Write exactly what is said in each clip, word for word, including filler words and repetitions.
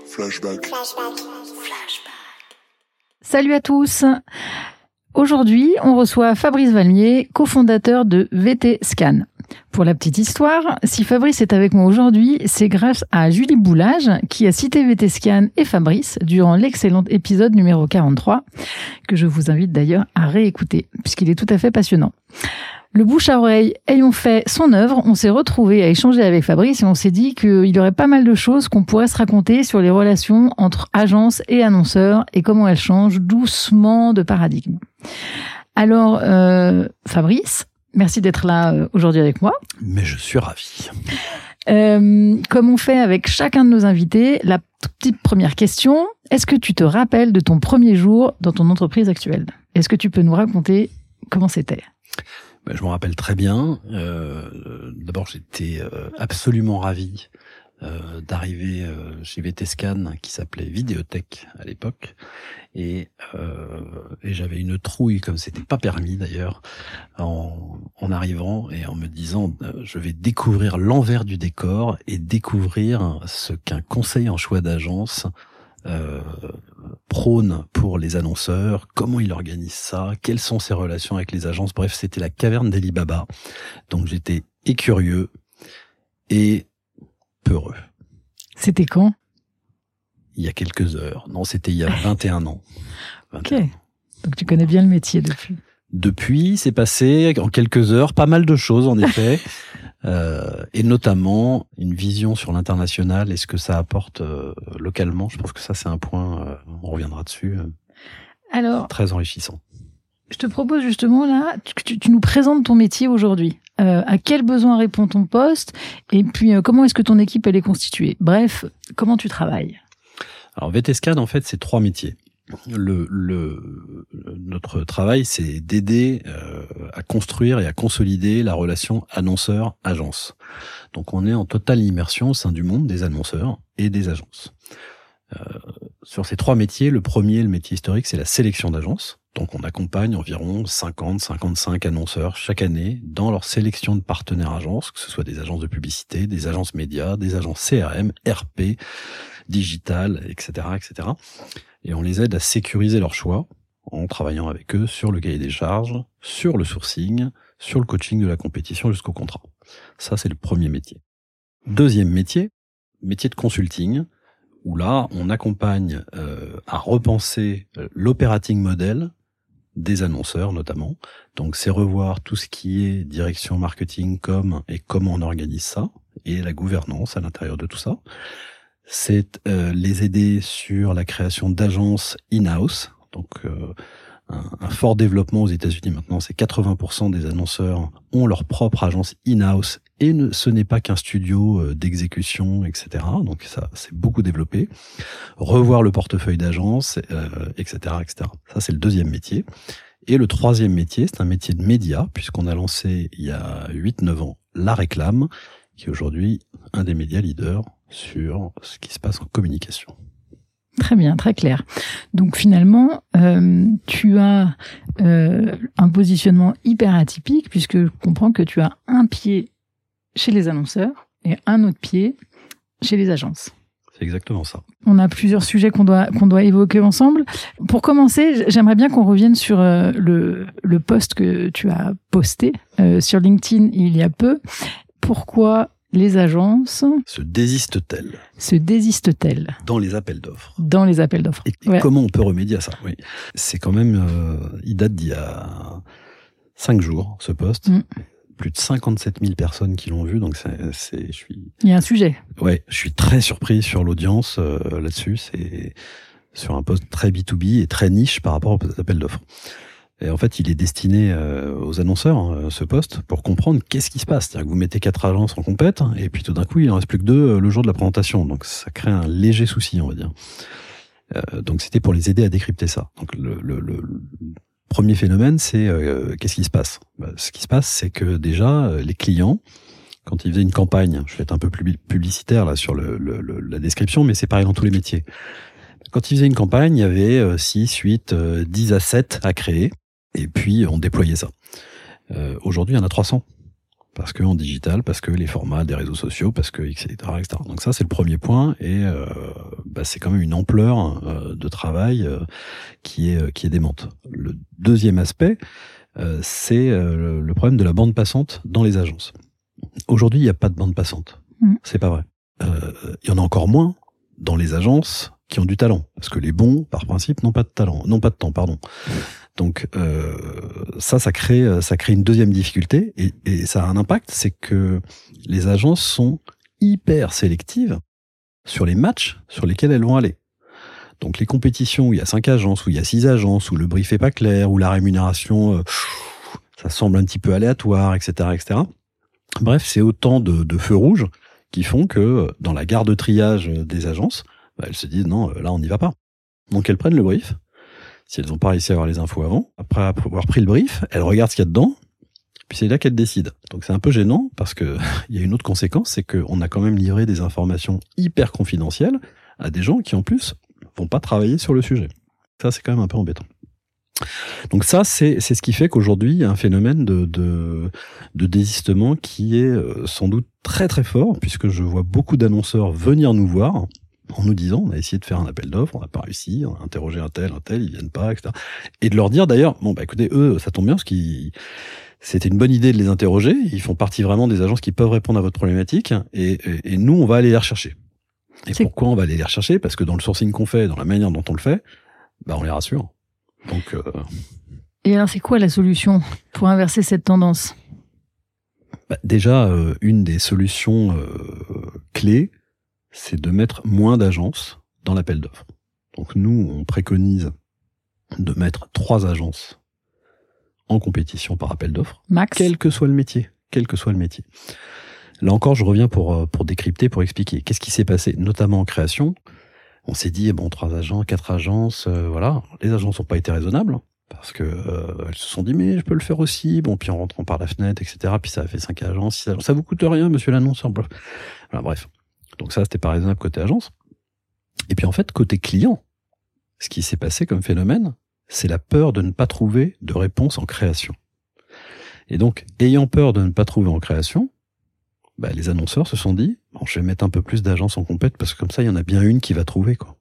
Flashback. Flashback. Salut à tous. Aujourd'hui, on reçoit Fabrice Valmier, cofondateur de V T Scan. Pour la petite histoire, si Fabrice est avec moi aujourd'hui, c'est grâce à Julie Boulage qui a cité V T Scan et Fabrice durant l'excellent épisode numéro quarante-trois, que je vous invite d'ailleurs à réécouter, puisqu'il est tout à fait passionnant. Le bouche à oreille ayant fait son œuvre, on s'est retrouvés à échanger avec Fabrice et on s'est dit qu'il y aurait pas mal de choses qu'on pourrait se raconter sur les relations entre agences et annonceurs et comment elles changent doucement de paradigme. Alors, euh, Fabrice, merci d'être là euh, aujourd'hui avec moi. Mais je suis ravi. Euh, comme on fait avec chacun de nos invités, la petite première question, est-ce que tu te rappelles de ton premier jour dans ton entreprise actuelle ? Est-ce que tu peux nous raconter comment c'était ? Ben, je m'en rappelle très bien. Euh, d'abord, j'étais euh, absolument ravi euh, d'arriver euh, chez V T Scan, qui s'appelait Vidéothèque à l'époque, et, euh, et j'avais une trouille, comme c'était pas permis d'ailleurs, en, en arrivant et en me disant euh, je vais découvrir l'envers du décor et découvrir ce qu'un conseil en choix d'agence Euh, prône pour les annonceurs, comment il organise ça, quelles sont ses relations avec les agences. Bref, c'était la caverne d'Ali Baba. Donc j'étais et curieux et peureux. C'était quand ? Il y a quelques heures. Non, c'était il y a vingt et un ans. Ok. Donc tu connais bien le métier depuis. Depuis, c'est passé en quelques heures pas mal de choses en effet. Euh, et notamment une vision sur l'international et ce que ça apporte euh, localement. Je pense que ça, c'est un point, euh, on reviendra dessus, euh, Alors, très enrichissant. je te propose justement là, tu, tu, tu nous présentes ton métier aujourd'hui. Euh, à quel besoin répond ton poste ? Et puis, euh, comment est-ce que ton équipe elle est constituée ? Bref, comment tu travailles ? Alors, V T Scan, en fait, c'est trois métiers. Le, le, notre travail, c'est d'aider euh, à construire et à consolider la relation annonceur-agence. Donc, on est en totale immersion au sein du monde des annonceurs et des agences. Euh, sur ces trois métiers, le premier, le métier historique, c'est la sélection d'agences. Donc, on accompagne environ cinquante à cinquante-cinq annonceurs chaque année dans leur sélection de partenaires agences, que ce soit des agences de publicité, des agences médias, des agences C R M, R P, digital, et cetera, et cetera. Et on les aide à sécuriser leur choix en travaillant avec eux sur le cahier des charges, sur le sourcing, sur le coaching de la compétition jusqu'au contrat. Ça, c'est le premier métier. Deuxième métier, métier de consulting, où là, on accompagne euh, à repenser l'operating model des annonceurs notamment. Donc, c'est revoir tout ce qui est direction marketing, com, et comment on organise ça, et la gouvernance à l'intérieur de tout ça. C'est euh, les aider sur la création d'agences in-house. Donc, euh, un, un fort développement aux États-Unis maintenant, c'est quatre-vingts pour cent des annonceurs ont leur propre agence in-house et ne, ce n'est pas qu'un studio euh, d'exécution, et cetera. Donc, ça, c'est beaucoup développé. Revoir le portefeuille d'agences, euh, et cetera, et cetera. Ça, c'est le deuxième métier. Et le troisième métier, c'est un métier de média, puisqu'on a lancé il y a huit neuf ans La Réclame, qui est aujourd'hui un des médias leaders sur ce qui se passe en communication. Très bien, très clair. Donc finalement, euh, tu as euh, un positionnement hyper atypique puisque je comprends que tu as un pied chez les annonceurs et un autre pied chez les agences. C'est exactement ça. On a plusieurs sujets qu'on doit qu'on doit évoquer ensemble. Pour commencer, j'aimerais bien qu'on revienne sur euh, le le post que tu as posté euh, sur LinkedIn il y a peu. Pourquoi les agences se désistent-elles se désistent-elles dans les appels d'offres dans les appels d'offres et, et ouais. Comment on peut remédier à ça? Oui, c'est quand même, euh, il date d'il y a cinq jours ce post. Mm. Plus de cinquante-sept mille personnes qui l'ont vu, donc c'est, c'est, je suis. Il y a un sujet. Ouais, je suis très surpris sur l'audience euh, là-dessus. C'est sur un post très B deux B et très niche par rapport aux appels d'offres. Et en fait, il est destiné euh, aux annonceurs, hein, ce poste, pour comprendre qu'est-ce qui se passe. C'est-à-dire que vous mettez quatre agences en compète, et puis tout d'un coup, il en reste plus que deux euh, le jour de la présentation. Donc, ça crée un léger souci, on va dire. Euh, donc, c'était pour les aider à décrypter ça. Donc, le, le, le premier phénomène, c'est euh, qu'est-ce qui se passe ? Bah, ce qui se passe, c'est que déjà, euh, les clients, quand ils faisaient une campagne, je vais être un peu plus publicitaire là sur le, le, le, la description, mais c'est pareil dans tous les métiers. Quand ils faisaient une campagne, il y avait euh, six, huit, euh, dix assets à créer. Et puis, on déployait ça. Euh, aujourd'hui, il y en a trois cents. Parce que en digital, parce que les formats des réseaux sociaux, parce que et cetera, et cetera. Donc ça, c'est le premier point, et euh, bah, c'est quand même une ampleur euh, de travail euh, qui est qui est démente. Le deuxième aspect, euh, c'est euh, le problème de la bande passante dans les agences. Aujourd'hui, il n'y a pas de bande passante. Mmh. C'est pas vrai. Euh, il y en a encore moins dans les agences qui ont du talent, parce que les bons, par principe, n'ont pas de talent, n'ont pas de temps, pardon. Donc euh, ça, ça crée, ça crée une deuxième difficulté, et, et ça a un impact, c'est que les agences sont hyper sélectives sur les matchs sur lesquels elles vont aller. Donc les compétitions où il y a cinq agences, où il y a six agences, où le brief est pas clair, où la rémunération, euh, ça semble un petit peu aléatoire, et cetera, et cetera. Bref, c'est autant de, de feux rouges qui font que dans la gare de triage des agences, bah, elles se disent non, là on n'y va pas. Donc elles prennent le brief. Si elles n'ont pas réussi à avoir les infos avant, après avoir pris le brief, elles regardent ce qu'il y a dedans, puis c'est là qu'elles décident. Donc c'est un peu gênant, parce que il y a une autre conséquence, c'est qu'on a quand même livré des informations hyper confidentielles à des gens qui en plus vont pas travailler sur le sujet. Ça, c'est quand même un peu embêtant. Donc ça, c'est c'est ce qui fait qu'aujourd'hui, il y a un phénomène de de, de désistement qui est sans doute très très fort, puisque je vois beaucoup d'annonceurs venir nous voir en nous disant, on a essayé de faire un appel d'offres, on n'a pas réussi, on a interrogé un tel, un tel, ils viennent pas, et cetera. Et de leur dire d'ailleurs, bon bah écoutez, eux, ça tombe bien, parce qu'ils c'était une bonne idée de les interroger, ils font partie vraiment des agences qui peuvent répondre à votre problématique, et, et, et nous, on va aller les rechercher. Et c'est... pourquoi on va aller les rechercher? Parce que dans le sourcing qu'on fait, dans la manière dont on le fait, bah on les rassure. Donc, euh... Et alors, c'est quoi la solution pour inverser cette tendance? Bah, déjà, euh, une des solutions euh, clés, c'est de mettre moins d'agences dans l'appel d'offres. Donc nous, on préconise de mettre trois agences en compétition par appel d'offres, max, quel que soit le métier, quel que soit le métier. Là encore, je reviens pour pour décrypter, pour expliquer qu'est-ce qui s'est passé, notamment en création. On s'est dit bon, trois agents, quatre agences, euh, voilà. Les agences n'ont pas été raisonnables parce que euh, elles se sont dit mais je peux le faire aussi. Bon, puis en rentrant par la fenêtre, et cetera. Puis ça a fait cinq agences, six agences. Ça vous coûte rien, monsieur l'annonceur. Voilà, bref. Donc ça, c'était pas raisonnable côté agence. Et puis en fait, côté client, ce qui s'est passé comme phénomène, c'est la peur de ne pas trouver de réponse en création. Et donc, ayant peur de ne pas trouver en création, bah, les annonceurs se sont dit, bon, je vais mettre un peu plus d'agences en compète parce que comme ça, il y en a bien une qui va trouver, quoi.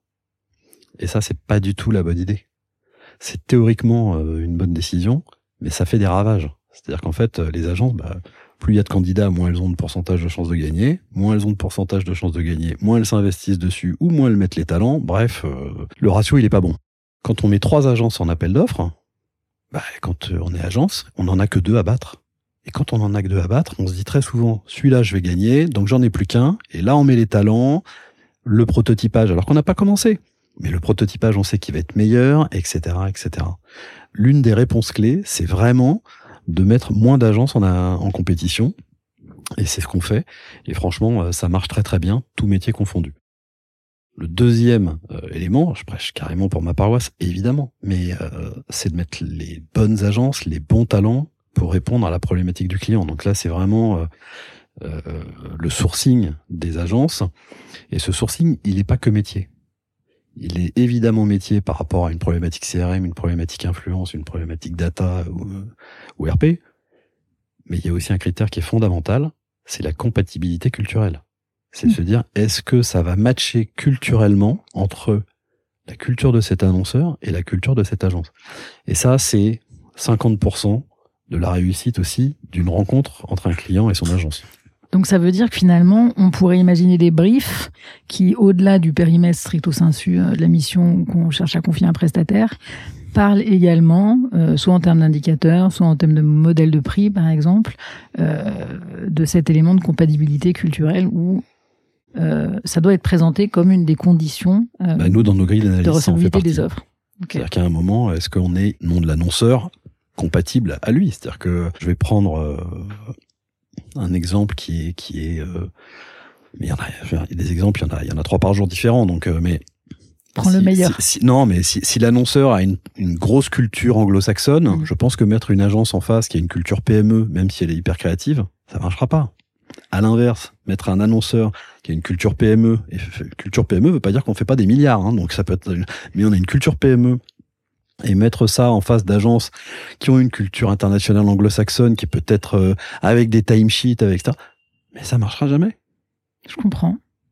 Et ça, c'est pas du tout la bonne idée. C'est théoriquement euh, une bonne décision, mais ça fait des ravages. C'est-à-dire qu'en fait, les agences, bah, plus il y a de candidats, moins elles ont de pourcentage de chances de gagner. Moins elles ont de pourcentage de chances de gagner, moins elles s'investissent dessus, ou moins elles mettent les talents. Bref, euh, le ratio, il est pas bon. Quand on met trois agences en appel d'offres, bah, quand on est agence, on n'en a que deux à battre. Et quand on en a que deux à battre, on se dit très souvent, celui-là, je vais gagner, donc j'en ai plus qu'un. Et là, on met les talents, le prototypage, alors qu'on n'a pas commencé. Mais le prototypage, on sait qu'il va être meilleur, et cetera, et cetera. L'une des réponses clés, c'est vraiment de mettre moins d'agences en, a, en compétition. Et c'est ce qu'on fait. Et franchement, ça marche très très bien, tout métier confondu. Le deuxième euh, élément, je prêche carrément pour ma paroisse, évidemment, mais euh, c'est de mettre les bonnes agences, les bons talents pour répondre à la problématique du client. Donc là, c'est vraiment euh, euh, le sourcing des agences. Et ce sourcing, il n'est pas que métier. Il est évidemment métier par rapport à une problématique C R M, une problématique influence, une problématique data ou, ou R P. Mais il y a aussi un critère qui est fondamental, c'est la compatibilité culturelle. C'est de se dire, est-ce que ça va matcher culturellement entre la culture de cet annonceur et la culture de cette agence? Et ça, c'est cinquante pour cent de la réussite aussi d'une rencontre entre un client et son agence. Donc ça veut dire que finalement, on pourrait imaginer des briefs qui, au-delà du périmètre stricto sensu de la mission qu'on cherche à confier à un prestataire, parlent également, euh, soit en termes d'indicateurs, soit en termes de modèle de prix, par exemple, euh, de cet élément de compatibilité culturelle où euh, ça doit être présenté comme une des conditions euh, bah nous, dans nos grilles d'analyse, de recevabilité des offres. Okay. C'est-à-dire qu'à un moment, est-ce qu'on est, nom de l'annonceur, compatible à lui? C'est-à-dire que je vais prendre euh, un exemple qui est... Qui est euh, mais il y en a, il y a des exemples, il y en a, il y en a trois par jour différents, donc... Euh, mais Prends si, le meilleur. Si, si, non, mais si, si l'annonceur a une, une grosse culture anglo-saxonne, mmh. je pense que mettre une agence en face qui a une culture P M E, même si elle est hyper créative, ça marchera pas. À l'inverse, mettre un annonceur qui a une culture P M E, et culture P M E veut pas dire qu'on fait pas des milliards, hein, donc ça peut être, une, mais on a une culture P M E Et mettre ça en face d'agences qui ont une culture internationale anglo-saxonne, qui peut être euh, avec des timesheets, avec ça, mais ça marchera jamais. Je comprends.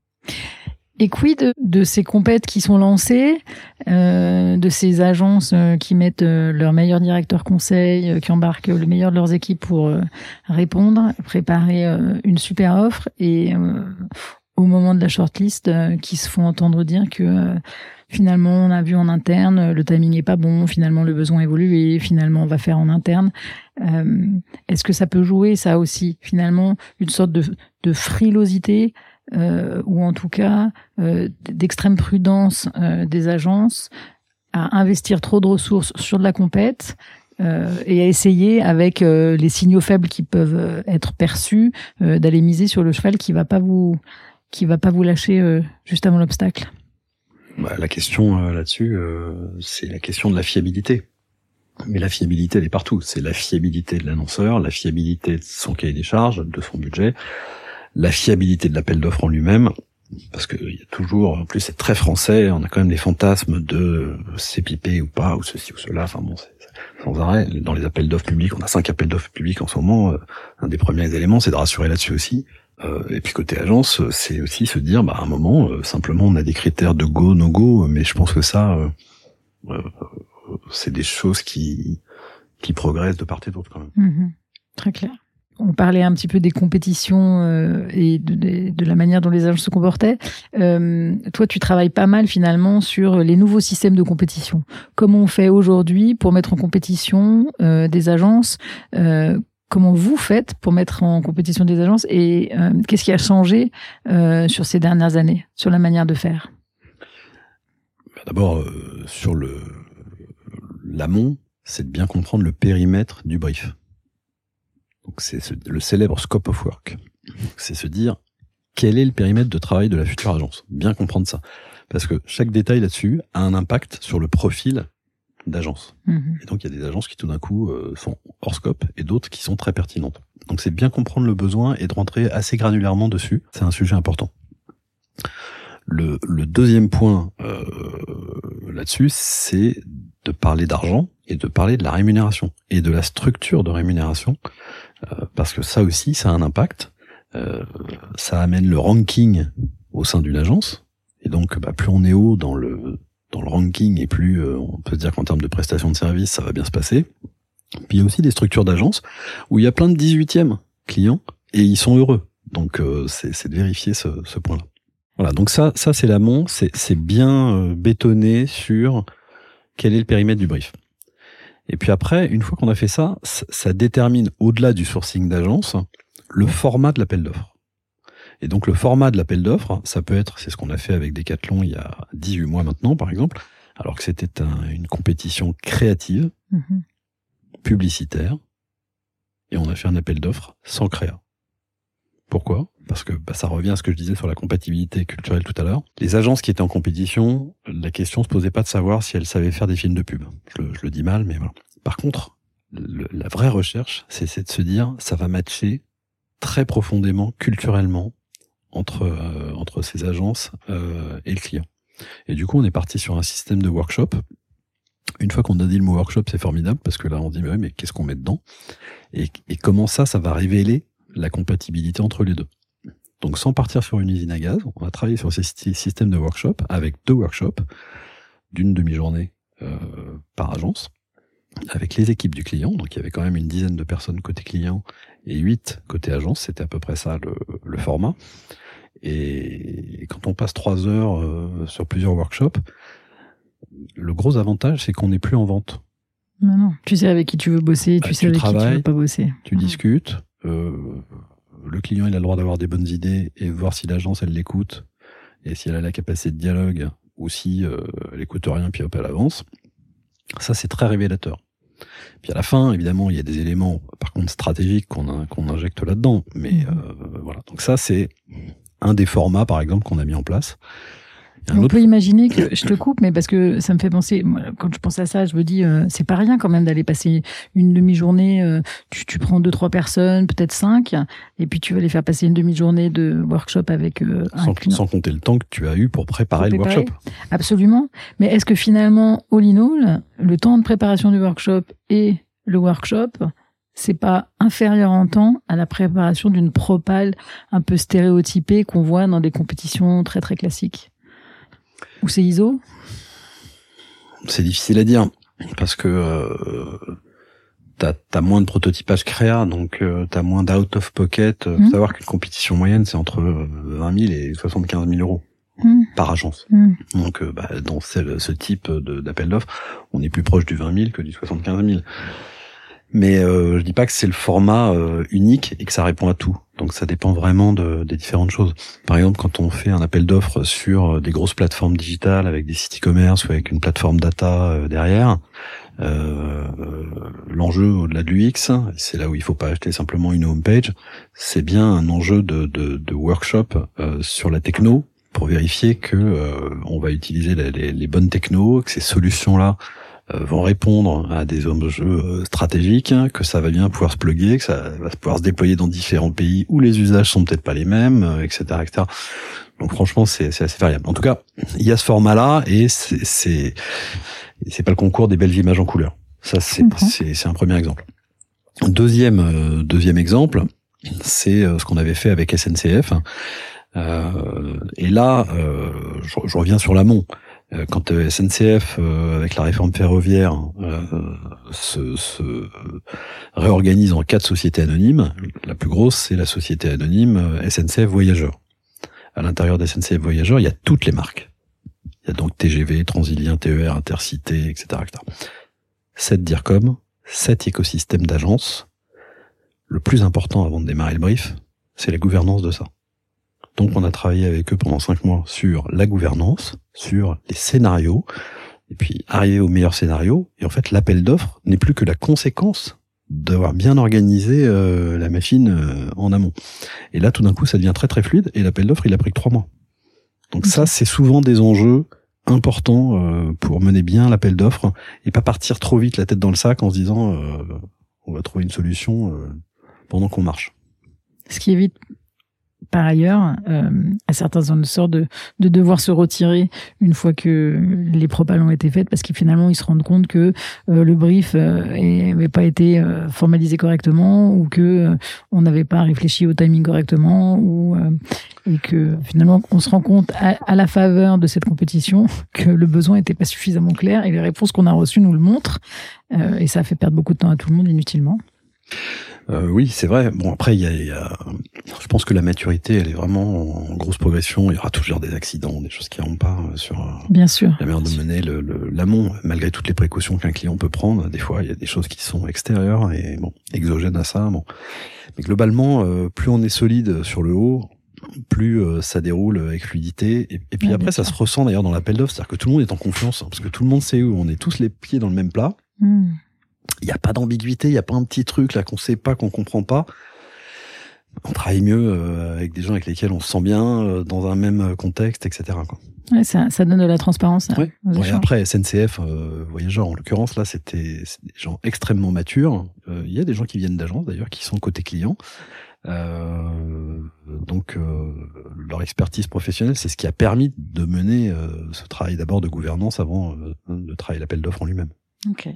Et quid de, de ces compètes qui sont lancées, euh, de ces agences euh, qui mettent euh, leurs meilleurs directeurs conseils, euh, qui embarquent le meilleur de leurs équipes pour euh, répondre, préparer euh, une super offre, et euh, au moment de la shortlist, euh, qui se font entendre dire que euh, finalement, on a vu en interne, le timing est pas bon, finalement, le besoin évolue et finalement, on va faire en interne. Euh, est-ce que ça peut jouer, ça aussi, finalement, une sorte de, de frilosité, euh, ou en tout cas, euh, d'extrême prudence euh, des agences à investir trop de ressources sur de la compète, euh, et à essayer, avec euh, les signaux faibles qui peuvent être perçus, euh, d'aller miser sur le cheval qui va pas vous, qui va pas vous lâcher euh, juste avant l'obstacle? Bah, la question euh, là-dessus, euh, c'est la question de la fiabilité. Mais la fiabilité, elle est partout. C'est la fiabilité de l'annonceur, la fiabilité de son cahier des charges, de son budget, la fiabilité de l'appel d'offres en lui-même. Parce que il y a toujours, en plus c'est très français, on a quand même des fantasmes de c'est pipé ou pas, ou ceci ou cela. Enfin bon, c'est, c'est sans arrêt. Dans les appels d'offres publics, on a cinq appels d'offres publics en ce moment. Euh, un des premiers éléments, c'est de rassurer là-dessus aussi. Euh, et puis côté agence, c'est aussi se dire, bah à un moment, euh, simplement, on a des critères de go, no go, mais je pense que ça, euh, euh, c'est des choses qui qui progressent de part et d'autre quand même. Mmh, très clair. On parlait un petit peu des compétitions euh, et de, de, de la manière dont les agences se comportaient. Euh, toi, tu travailles pas mal finalement sur les nouveaux systèmes de compétition. Comment on fait aujourd'hui pour mettre en compétition euh, des agences euh, Comment vous faites pour mettre en compétition des agences, et euh, qu'est-ce qui a changé euh, sur ces dernières années, sur la manière de faire? D'abord, euh, sur le l'amont, c'est de bien comprendre le périmètre du brief. Donc c'est ce, le célèbre scope of work. C'est se dire quel est le périmètre de travail de la future agence. Bien comprendre ça, parce que chaque détail là-dessus a un impact sur le profil d'agence. Mmh. Et donc il y a des agences qui tout d'un coup euh, sont hors scope et d'autres qui sont très pertinentes. Donc c'est bien comprendre le besoin et de rentrer assez granulairement dessus. C'est un sujet important. Le, le deuxième point euh, là-dessus, c'est de parler d'argent et de parler de la rémunération et de la structure de rémunération, euh, parce que ça aussi, ça a un impact. Euh, ça amène le ranking au sein d'une agence, et donc bah, plus on est haut dans le dans le ranking, et plus euh, on peut se dire qu'en termes de prestation de service, ça va bien se passer. Puis il y a aussi des structures d'agences où il y a plein de dix-huitièmes clients et ils sont heureux. Donc euh, c'est, c'est de vérifier ce, ce point-là. Voilà, donc ça, ça c'est l'amont, c'est, c'est bien euh, bétonné sur quel est le périmètre du brief. Et puis après, une fois qu'on a fait ça, ça, ça détermine, au-delà du sourcing d'agence, le format de l'appel d'offres. Et donc le format de l'appel d'offres, ça peut être, c'est ce qu'on a fait avec Decathlon il y a dix-huit mois maintenant par exemple, alors que c'était un, une compétition créative, mmh. publicitaire, et on a fait un appel d'offres sans créa. Pourquoi ? Parce que bah, ça revient à ce que je disais sur la compatibilité culturelle tout à l'heure. Les agences qui étaient en compétition, la question se posait pas de savoir si elles savaient faire des films de pub. Je le, je le dis mal, mais voilà. Par contre, le, la vraie recherche, c'est, c'est de se dire, ça va matcher très profondément, culturellement, entre euh, entre ces agences euh, et le client. Et du coup, on est parti sur un système de workshop. Une fois qu'on a dit le mot workshop, c'est formidable, parce que là, on dit, mais, ouais, mais qu'est-ce qu'on met dedans ? et, et comment ça, ça va révéler la compatibilité entre les deux. Donc, sans partir sur une usine à gaz, on a travaillé sur ces systèmes de workshop avec deux workshops d'une demi-journée euh, par agence, avec les équipes du client. Donc, il y avait quand même une dizaine de personnes côté client et huit côté agence. C'était à peu près ça le, le format. Et quand on passe trois heures euh, sur plusieurs workshops, le gros avantage, c'est qu'on n'est plus en vente. Non, non. Tu sais avec qui tu veux bosser, tu bah, sais tu avec qui tu veux pas bosser. Tu mmh. discutes. Euh, le client, il a le droit d'avoir des bonnes idées et voir si l'agence, elle l'écoute et si elle a la capacité de dialogue ou si euh, elle écoute rien puis hop, elle avance. Ça, c'est très révélateur. Puis à la fin, évidemment, il y a des éléments, par contre, stratégiques qu'on, a, qu'on injecte là-dedans. Mais mmh. euh, voilà. Donc ça, c'est un des formats, par exemple, qu'on a mis en place. On autre... peut imaginer que, je te coupe, mais parce que ça me fait penser, moi, quand je pense à ça, je me dis, euh, c'est pas rien quand même d'aller passer une demi-journée, euh, tu, tu prends deux, trois personnes, peut-être cinq, et puis tu vas les faire passer une demi-journée de workshop avec euh, un sans, client. Sans compter le temps que tu as eu pour préparer pour le préparer. workshop. Absolument. Mais est-ce que finalement, all in all, le temps de préparation du workshop et le workshop, c'est pas inférieur en temps à la préparation d'une propale un peu stéréotypée qu'on voit dans des compétitions très très classiques? Ou c'est I S O? C'est difficile à dire parce que euh, t'as t'as moins de prototypage créa, donc euh, t'as moins d'out of pocket. Mmh. Faut savoir qu'une compétition moyenne c'est entre vingt mille et soixante-quinze mille euros mmh. par agence. Mmh. Donc euh, bah, dans ce, ce type de, d'appel d'offres, on est plus proche du vingt mille que du soixante-quinze mille. Mais euh, je dis pas que c'est le format euh, unique et que ça répond à tout. Donc ça dépend vraiment de, des différentes choses. Par exemple, quand on fait un appel d'offres sur des grosses plateformes digitales avec des sites e-commerce ou avec une plateforme data euh, derrière, euh, l'enjeu au-delà de l'U X, c'est là où il faut pas acheter simplement une homepage, c'est bien un enjeu de, de, de workshop euh, sur la techno pour vérifier que euh, on va utiliser les, les, les bonnes technos, que ces solutions-là vont répondre à des enjeux stratégiques, que ça va bien pouvoir se plugger, que ça va pouvoir se déployer dans différents pays où les usages sont peut-être pas les mêmes, et cetera, et cetera. Donc franchement, c'est, c'est assez variable. En tout cas, il y a ce format-là et c'est, c'est, c'est pas le concours des belles images en couleur. Ça, c'est, c'est, c'est un premier exemple. Deuxième, euh, deuxième exemple, c'est ce qu'on avait fait avec S N C F. Euh, et là, euh, je, je reviens sur l'amont. Quand S N C F, euh, avec la réforme ferroviaire, euh, se, se réorganise en quatre sociétés anonymes, la plus grosse, c'est la société anonyme S N C F Voyageurs. À l'intérieur d'S N C F Voyageurs, il y a toutes les marques. Il y a donc T G V, Transilien, T E R, Intercité, et cetera, et cetera. Sept DIRCOM, sept écosystèmes d'agences. Le plus important avant de démarrer le brief, c'est la gouvernance de ça. Donc on a travaillé avec eux pendant cinq mois sur la gouvernance, sur les scénarios, et puis arriver au meilleur scénario. Et en fait, l'appel d'offres n'est plus que la conséquence d'avoir bien organisé euh, la machine euh, en amont. Et là, tout d'un coup, ça devient très très fluide, et l'appel d'offres, il a pris que trois mois. Donc okay. Ça, c'est souvent des enjeux importants euh, pour mener bien l'appel d'offres, et pas partir trop vite la tête dans le sac en se disant euh, on va trouver une solution euh, pendant qu'on marche. Ce qui évite par ailleurs, euh, à certains annonceurs de, de devoir se retirer une fois que les propales ont été faites, parce qu'ils finalement ils se rendent compte que euh, le brief n'avait euh, pas été euh, formalisé correctement, ou que euh, on n'avait pas réfléchi au timing correctement, ou euh, et que finalement on se rend compte à, à la faveur de cette compétition que le besoin n'était pas suffisamment clair, et les réponses qu'on a reçues nous le montrent, euh, et ça a fait perdre beaucoup de temps à tout le monde inutilement. Euh, oui, c'est vrai. Bon, après, il y a, il y a, je pense que la maturité, elle est vraiment en grosse progression. Il y aura toujours des accidents, des choses qui n'iront pas sur Bien sûr. la manière de mener le, le, l'amont, malgré toutes les précautions qu'un client peut prendre. Des fois, il y a des choses qui sont extérieures et bon, exogènes à ça. Bon, mais globalement, euh, plus on est solide sur le haut, plus euh, ça déroule avec fluidité. Et, et puis ouais, après, ça se ressent d'ailleurs dans l'appel d'offres, c'est-à-dire que tout le monde est en confiance, parce que tout le monde sait où on est tous les pieds dans le même plat. Mm. Il n'y a pas d'ambiguïté, il n'y a pas un petit truc là qu'on sait pas, qu'on comprend pas. On travaille mieux euh, avec des gens avec lesquels on se sent bien, euh, dans un même contexte, et cetera, quoi. Ouais, ça, ça donne de la transparence. Ouais. Bon, et après, S N C F euh, Voyageurs, en l'occurrence, là, c'était des gens extrêmement matures. Il euh, y a des gens qui viennent d'agence, d'ailleurs, qui sont côté client. Euh, donc, euh, leur expertise professionnelle, c'est ce qui a permis de mener euh, ce travail d'abord de gouvernance avant euh, de travailler l'appel d'offres en lui-même. Ok.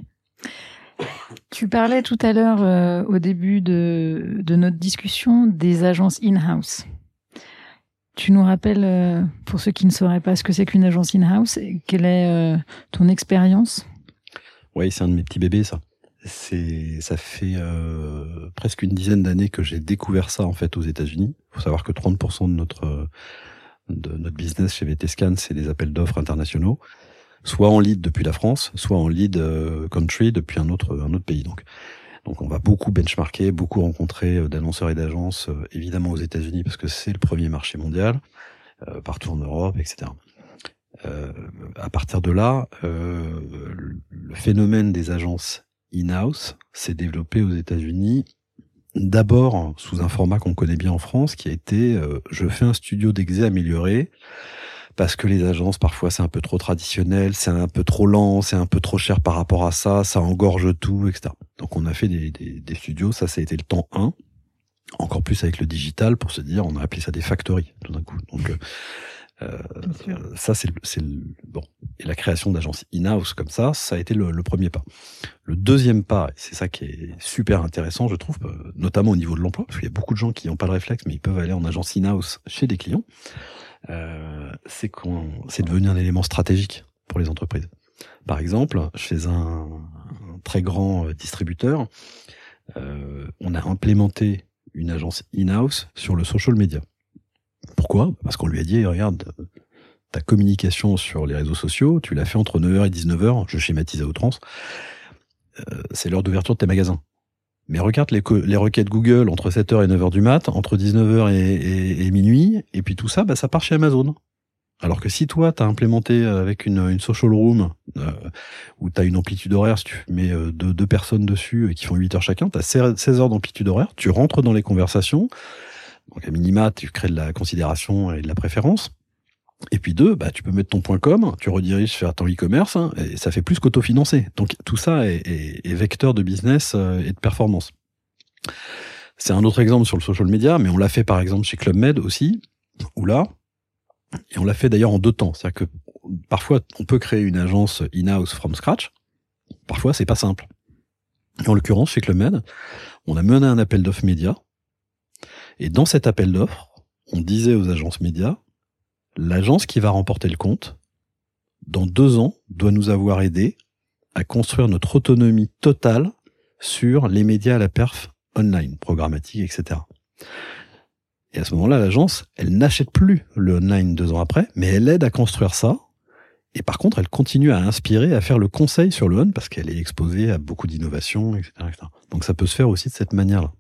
Tu parlais tout à l'heure, euh, au début de, de notre discussion, des agences in-house. Tu nous rappelles, euh, pour ceux qui ne sauraient pas ce que c'est qu'une agence in-house, quelle est euh, ton expérience ? Oui, c'est un de mes petits bébés, ça. C'est, ça fait euh, presque une dizaine d'années que j'ai découvert ça en fait aux États-Unis. Il faut savoir que trente pour cent de notre de notre business chez V T Scan, c'est des appels d'offres internationaux, soit en lead depuis la France, soit en lead euh, country depuis un autre un autre pays. Donc, donc on va beaucoup benchmarker, beaucoup rencontrer d'annonceurs et d'agences, euh, évidemment aux États-Unis parce que c'est le premier marché mondial, euh, partout en Europe, et cetera. Euh, à partir de là, euh, le phénomène des agences in-house s'est développé aux États-Unis, d'abord sous un format qu'on connaît bien en France, qui a été euh, je fais un studio d'exé amélioré parce que les agences, parfois, c'est un peu trop traditionnel, c'est un peu trop lent, c'est un peu trop cher par rapport à ça, ça engorge tout, et cetera. Donc, on a fait des, des, des studios, ça, ça a été le temps un, encore plus avec le digital, pour se dire, on a appelé ça des factories, tout d'un coup. Donc, euh, ça, c'est le, c'est le, bon. Et la création d'agences in-house comme ça, ça a été le, le premier pas. Le deuxième pas, et c'est ça qui est super intéressant, je trouve, notamment au niveau de l'emploi, parce qu'il y a beaucoup de gens qui n'ont pas le réflexe, mais ils peuvent aller en agence in-house chez des clients, euh, c'est qu'on, c'est devenu un élément stratégique pour les entreprises. Par exemple, chez un, un très grand distributeur, euh, on a implémenté une agence in-house sur le social media. Pourquoi ? Parce qu'on lui a dit, regarde, ta communication sur les réseaux sociaux, tu l'as fait entre neuf heures et dix-neuf heures, je schématise à outrance, euh, c'est l'heure d'ouverture de tes magasins. Mais regarde les, co- les requêtes Google entre sept heures et neuf heures du mat, entre dix-neuf heures et, et, et minuit, et puis tout ça, bah, ça part chez Amazon. Alors que si toi, tu as implémenté avec une, une social room, euh, où tu as une amplitude horaire, si tu mets euh, deux, deux personnes dessus et qui font huit heures chacun, tu as seize heures d'amplitude horaire, tu rentres dans les conversations, donc à minima, tu crées de la considération et de la préférence. Et puis deux, bah, tu peux mettre ton .com, tu rediriges vers ton e-commerce, hein, et ça fait plus qu'autofinancer. Donc tout ça est, est, est vecteur de business euh, et de performance. C'est un autre exemple sur le social media, mais on l'a fait par exemple chez Club Med aussi, où là, et on l'a fait d'ailleurs en deux temps. C'est-à-dire que parfois, on peut créer une agence in-house from scratch, parfois c'est pas simple. Et en l'occurrence, chez Club Med, on a mené un appel d'offres média, et dans cet appel d'offres, on disait aux agences médias, l'agence qui va remporter le compte, dans deux ans, doit nous avoir aidé à construire notre autonomie totale sur les médias à la perf online, programmatique, et cetera. Et à ce moment-là, l'agence, elle n'achète plus le online deux ans après, mais elle aide à construire ça. Et par contre, elle continue à inspirer, à faire le conseil sur le on, parce qu'elle est exposée à beaucoup d'innovations, et cetera, et cetera. Donc ça peut se faire aussi de cette manière-là.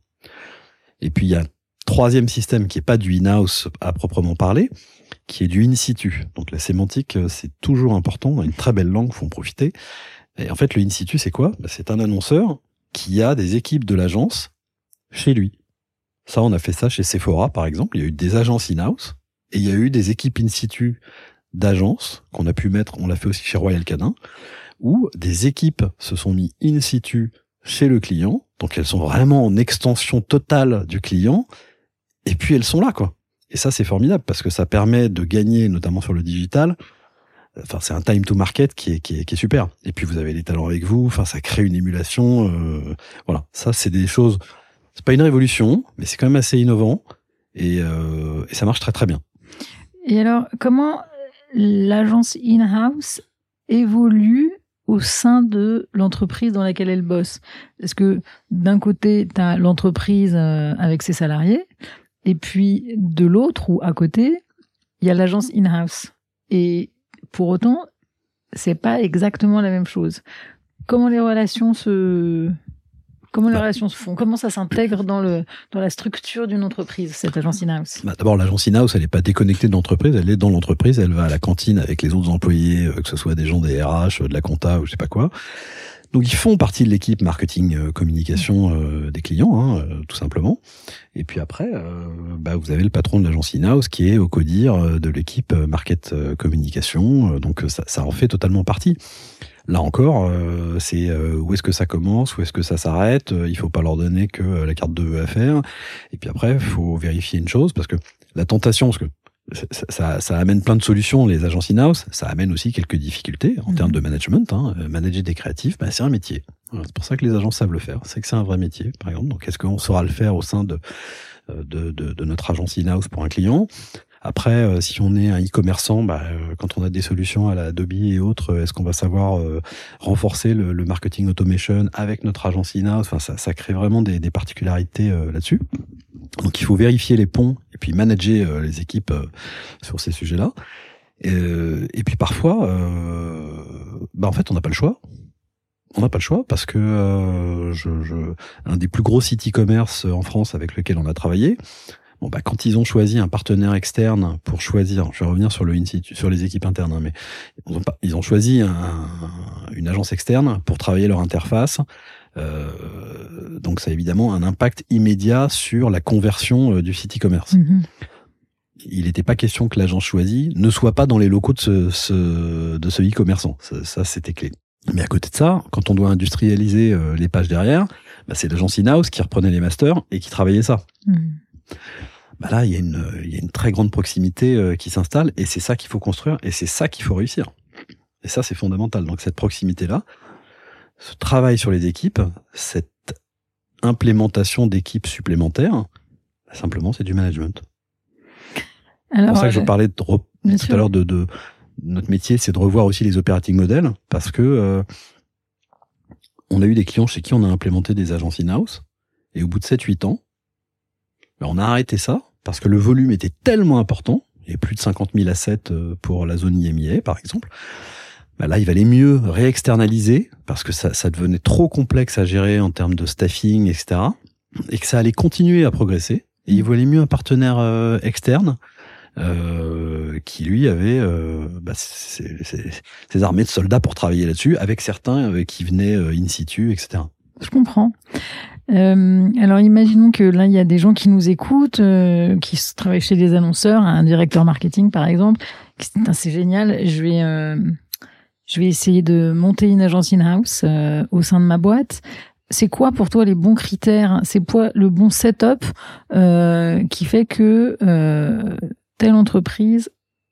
Et puis il y a un troisième système qui est pas du in-house à proprement parler, qui est du in situ. Donc la sémantique, c'est toujours important. Dans une très belle langue, faut en profiter. Et en fait, le in situ, c'est quoi ? C'est un annonceur qui a des équipes de l'agence chez lui. Ça, on a fait ça chez Sephora, par exemple. Il y a eu des agences in-house et il y a eu des équipes in situ d'agences qu'on a pu mettre. On l'a fait aussi chez Royal Canin, où des équipes se sont mis in situ chez le client. Donc elles sont vraiment en extension totale du client. Et puis elles sont là, quoi. Et ça, c'est formidable parce que ça permet de gagner, notamment sur le digital. Enfin, c'est un time to market qui est, qui est, qui est super. Et puis, vous avez les talents avec vous. Enfin, ça crée une émulation. Euh, voilà. Ça, c'est des choses. C'est pas une révolution, mais c'est quand même assez innovant. Et, euh, et ça marche très, très bien. Et alors, comment l'agence in-house évolue au sein de l'entreprise dans laquelle elle bosse? Parce que d'un côté, tu as l'entreprise avec ses salariés. Et puis, de l'autre, ou à côté, il y a l'agence in-house. Et pour autant, c'est pas exactement la même chose. Comment les relations se, comment les bah, relations se font? Comment ça s'intègre dans le, dans la structure d'une entreprise, cette agence in-house? Bah, d'abord, l'agence in-house, elle est pas déconnectée de l'entreprise, elle est dans l'entreprise, elle va à la cantine avec les autres employés, que ce soit des gens des R H, de la compta ou je sais pas quoi. Donc ils font partie de l'équipe marketing euh, communication euh, des clients, hein, euh, tout simplement. Et puis après, euh, bah, vous avez le patron de l'agence in-house qui est au codir de l'équipe market euh, communication. Donc ça, ça en fait totalement partie. Là encore, euh, c'est euh, où est-ce que ça commence, où est-ce que ça s'arrête. Il faut pas leur donner que la carte de vœux à faire. Et puis après, il faut vérifier une chose parce que la tentation, parce que Ça, ça, ça amène plein de solutions, les agences in-house. Ça amène aussi quelques difficultés en mmh. termes de management. Hein. Manager des créatifs, bah, c'est un métier. Voilà, c'est pour ça que les agences savent le faire. C'est que c'est un vrai métier, par exemple. Donc, est-ce qu'on saura le faire au sein de, de, de, de notre agence in-house pour un client ? Après, euh, si on est un e-commerçant, bah, euh, quand on a des solutions à la Adobe et autres, est-ce qu'on va savoir euh, renforcer le, le marketing automation avec notre agence in-house ? Enfin, ça, ça crée vraiment des, des particularités euh, là-dessus. Donc il faut vérifier les ponts et puis manager euh, les équipes euh, sur ces sujets-là. Et, euh, et puis parfois, euh, bah en fait on n'a pas le choix. On n'a pas le choix parce que euh, je, je, un des plus gros sites e-commerce en France avec lequel on a travaillé, bon bah quand ils ont choisi un partenaire externe pour choisir, je vais revenir sur le in-situ, sur les équipes internes, hein, mais ils ont, pas, ils ont choisi un, une agence externe pour travailler leur interface. Euh, donc ça a évidemment un impact immédiat sur la conversion euh, du site e-commerce. Mmh. il n'était pas question que l'agence choisie ne soit pas dans les locaux de ce, ce, de ce e-commerçant. Ça, ça, c'était clé. Mais à côté de ça, quand on doit industrialiser euh, les pages derrière, bah, c'est l'agence in-house qui reprenait les masters et qui travaillait ça. Mmh. Bah là, il y a une, il y a une très grande proximité euh, qui s'installe et c'est ça qu'il faut construire et c'est ça qu'il faut réussir. Et ça, c'est fondamental. Donc cette proximité-là, ce travail sur les équipes, cette implémentation d'équipes supplémentaires, bah, simplement, c'est du management. Alors, c'est pour ça que je parlais de, tout sûr. à l'heure de, de notre métier, c'est de revoir aussi les operating models parce que euh, on a eu des clients chez qui on a implémenté des agences in-house et au bout de sept huit ans, ben on a arrêté ça parce que le volume était tellement important, il y a plus de cinquante mille assets pour la zone I M I A par exemple. Ben là, il valait mieux réexternaliser parce que ça, ça devenait trop complexe à gérer en termes de staffing, et cetera. Et que ça allait continuer à progresser. Et il valait mieux un partenaire euh, externe euh, qui, lui, avait euh, bah, ses, ses, ses armées de soldats pour travailler là-dessus, avec certains euh, qui venaient euh, in situ, et cetera. Je comprends. Euh, alors, imaginons que là, il y a des gens qui nous écoutent, euh, qui travaillent chez des annonceurs, un directeur marketing, par exemple. C'est génial, je vais... Euh... Je vais essayer de monter une agence in-house euh, au sein de ma boîte. C'est quoi pour toi les bons critères? C'est quoi le bon setup euh, qui fait que euh, telle entreprise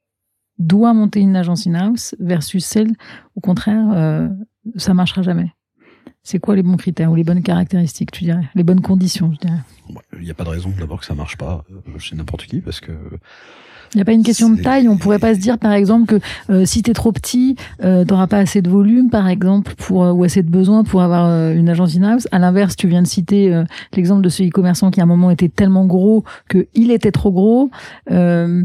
doit monter une agence in-house versus celle, au contraire, euh, ça marchera jamais? C'est quoi les bons critères ou les bonnes caractéristiques, tu dirais? Les bonnes conditions, je dirais. Il n'y a pas de raison d'abord que ça marche pas chez n'importe qui parce que... Il n'y a pas une question de taille. On pourrait pas se dire, par exemple, que euh, si t'es trop petit, euh, t'auras pas assez de volume, par exemple, pour euh, ou assez de besoins pour avoir euh, une agence in-house. À l'inverse, tu viens de citer euh, l'exemple de ce e-commerçant qui à un moment était tellement gros que il était trop gros. Euh,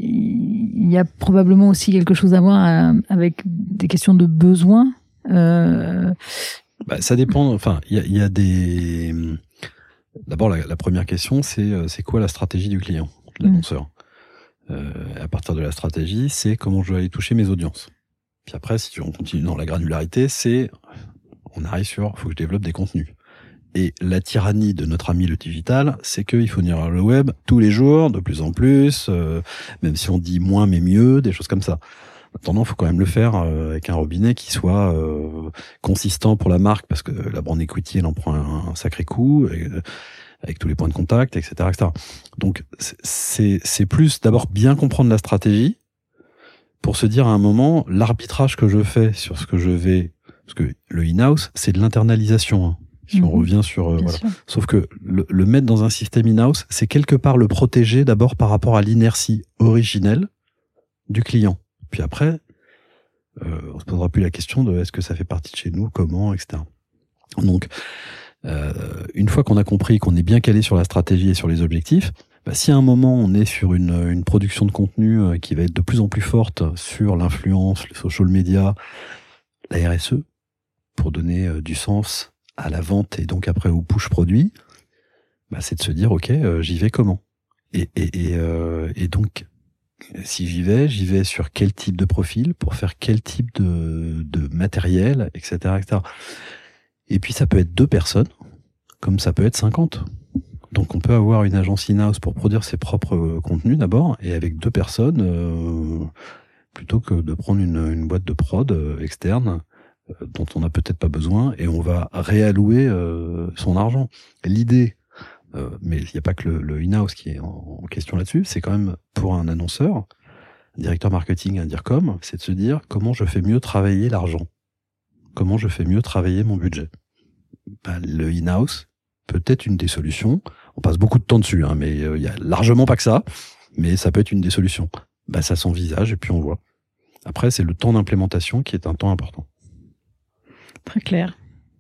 il y a probablement aussi quelque chose à voir à, avec des questions de besoins. Euh... Bah, ça dépend. Enfin, il y a, y a des. D'abord, la, la première question, c'est c'est quoi la stratégie du client, de l'annonceur. Mmh. Euh, à partir de la stratégie, c'est comment je vais aller toucher mes audiences. Puis après, si on continue dans la granularité, c'est on arrive sur faut que je développe des contenus. Et la tyrannie de notre ami le digital, c'est qu'il faut venir le web tous les jours, de plus en plus, euh, même si on dit moins mais mieux, des choses comme ça. Maintenant, il faut quand même le faire euh, avec un robinet qui soit euh, consistant pour la marque, parce que la brand equity, elle en prend un, un sacré coup. Et, avec tous les points de contact, et cetera, et cetera. Donc, c'est, c'est plus d'abord bien comprendre la stratégie pour se dire à un moment, l'arbitrage que je fais sur ce que je vais, parce que le in-house, c'est de l'internalisation, hein, si mmh. on revient sur... Euh, voilà. Sauf que le, le mettre dans un système in-house, c'est quelque part le protéger d'abord par rapport à l'inertie originelle du client. Puis après, euh, on se posera plus la question de est-ce que ça fait partie de chez nous, comment, et cetera. Donc, Euh, une fois qu'on a compris qu'on est bien calé sur la stratégie et sur les objectifs, bah, si à un moment on est sur une, une production de contenu euh, qui va être de plus en plus forte sur l'influence, le social media, la R S E, pour donner euh, du sens à la vente et donc après au push produit, bah, c'est de se dire ok, euh, j'y vais comment? Et, et, et, euh, et donc si j'y vais, j'y vais sur quel type de profil pour faire quel type de, de matériel, et cetera, et cetera. Et puis ça peut être deux personnes, comme ça peut être cinquante. Donc on peut avoir une agence in-house pour produire ses propres contenus d'abord, et avec deux personnes, euh, plutôt que de prendre une, une boîte de prod euh, externe euh, dont on n'a peut-être pas besoin, et on va réallouer euh, son argent. L'idée, euh, mais il n'y a pas que le, le in-house qui est en, en question là-dessus, c'est quand même pour un annonceur, un directeur marketing, un DIRCOM, c'est de se dire comment je fais mieux travailler l'argent. Comment je fais mieux travailler mon budget? Ben, le in-house peut être une des solutions. On passe beaucoup de temps dessus, hein, mais il euh, y a largement pas que ça. Mais ça peut être une des solutions. Ben, ça s'envisage et puis on voit. Après, c'est le temps d'implémentation qui est un temps important. Très clair.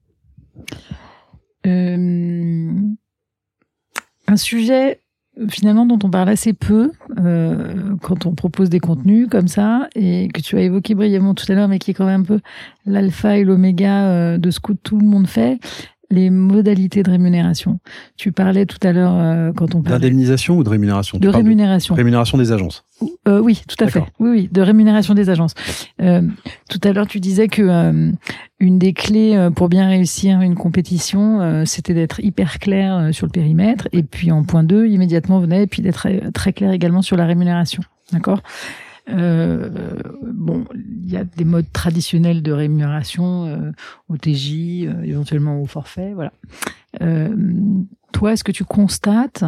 Euh, un sujet finalement dont on parle assez peu euh, quand on propose des contenus comme ça et que tu as évoqué brièvement tout à l'heure mais qui est quand même un peu l'alpha et l'oméga euh, de ce que tout le monde fait, les modalités de rémunération. Tu parlais tout à l'heure euh, quand on parlait... D'indemnisation ou de rémunération? De rémunération. De rémunération des agences. Euh, oui, tout à D'accord. fait. Oui, oui, de rémunération des agences. Euh, tout à l'heure, tu disais que euh, une des clés pour bien réussir une compétition, euh, c'était d'être hyper clair sur le périmètre. Et puis en point deux, immédiatement venait, et puis d'être très, très clair également sur la rémunération. D'accord ? Euh, bon, il y a des modes traditionnels de rémunération euh, au T J, euh, éventuellement au forfait, voilà. Euh, toi, est-ce que tu constates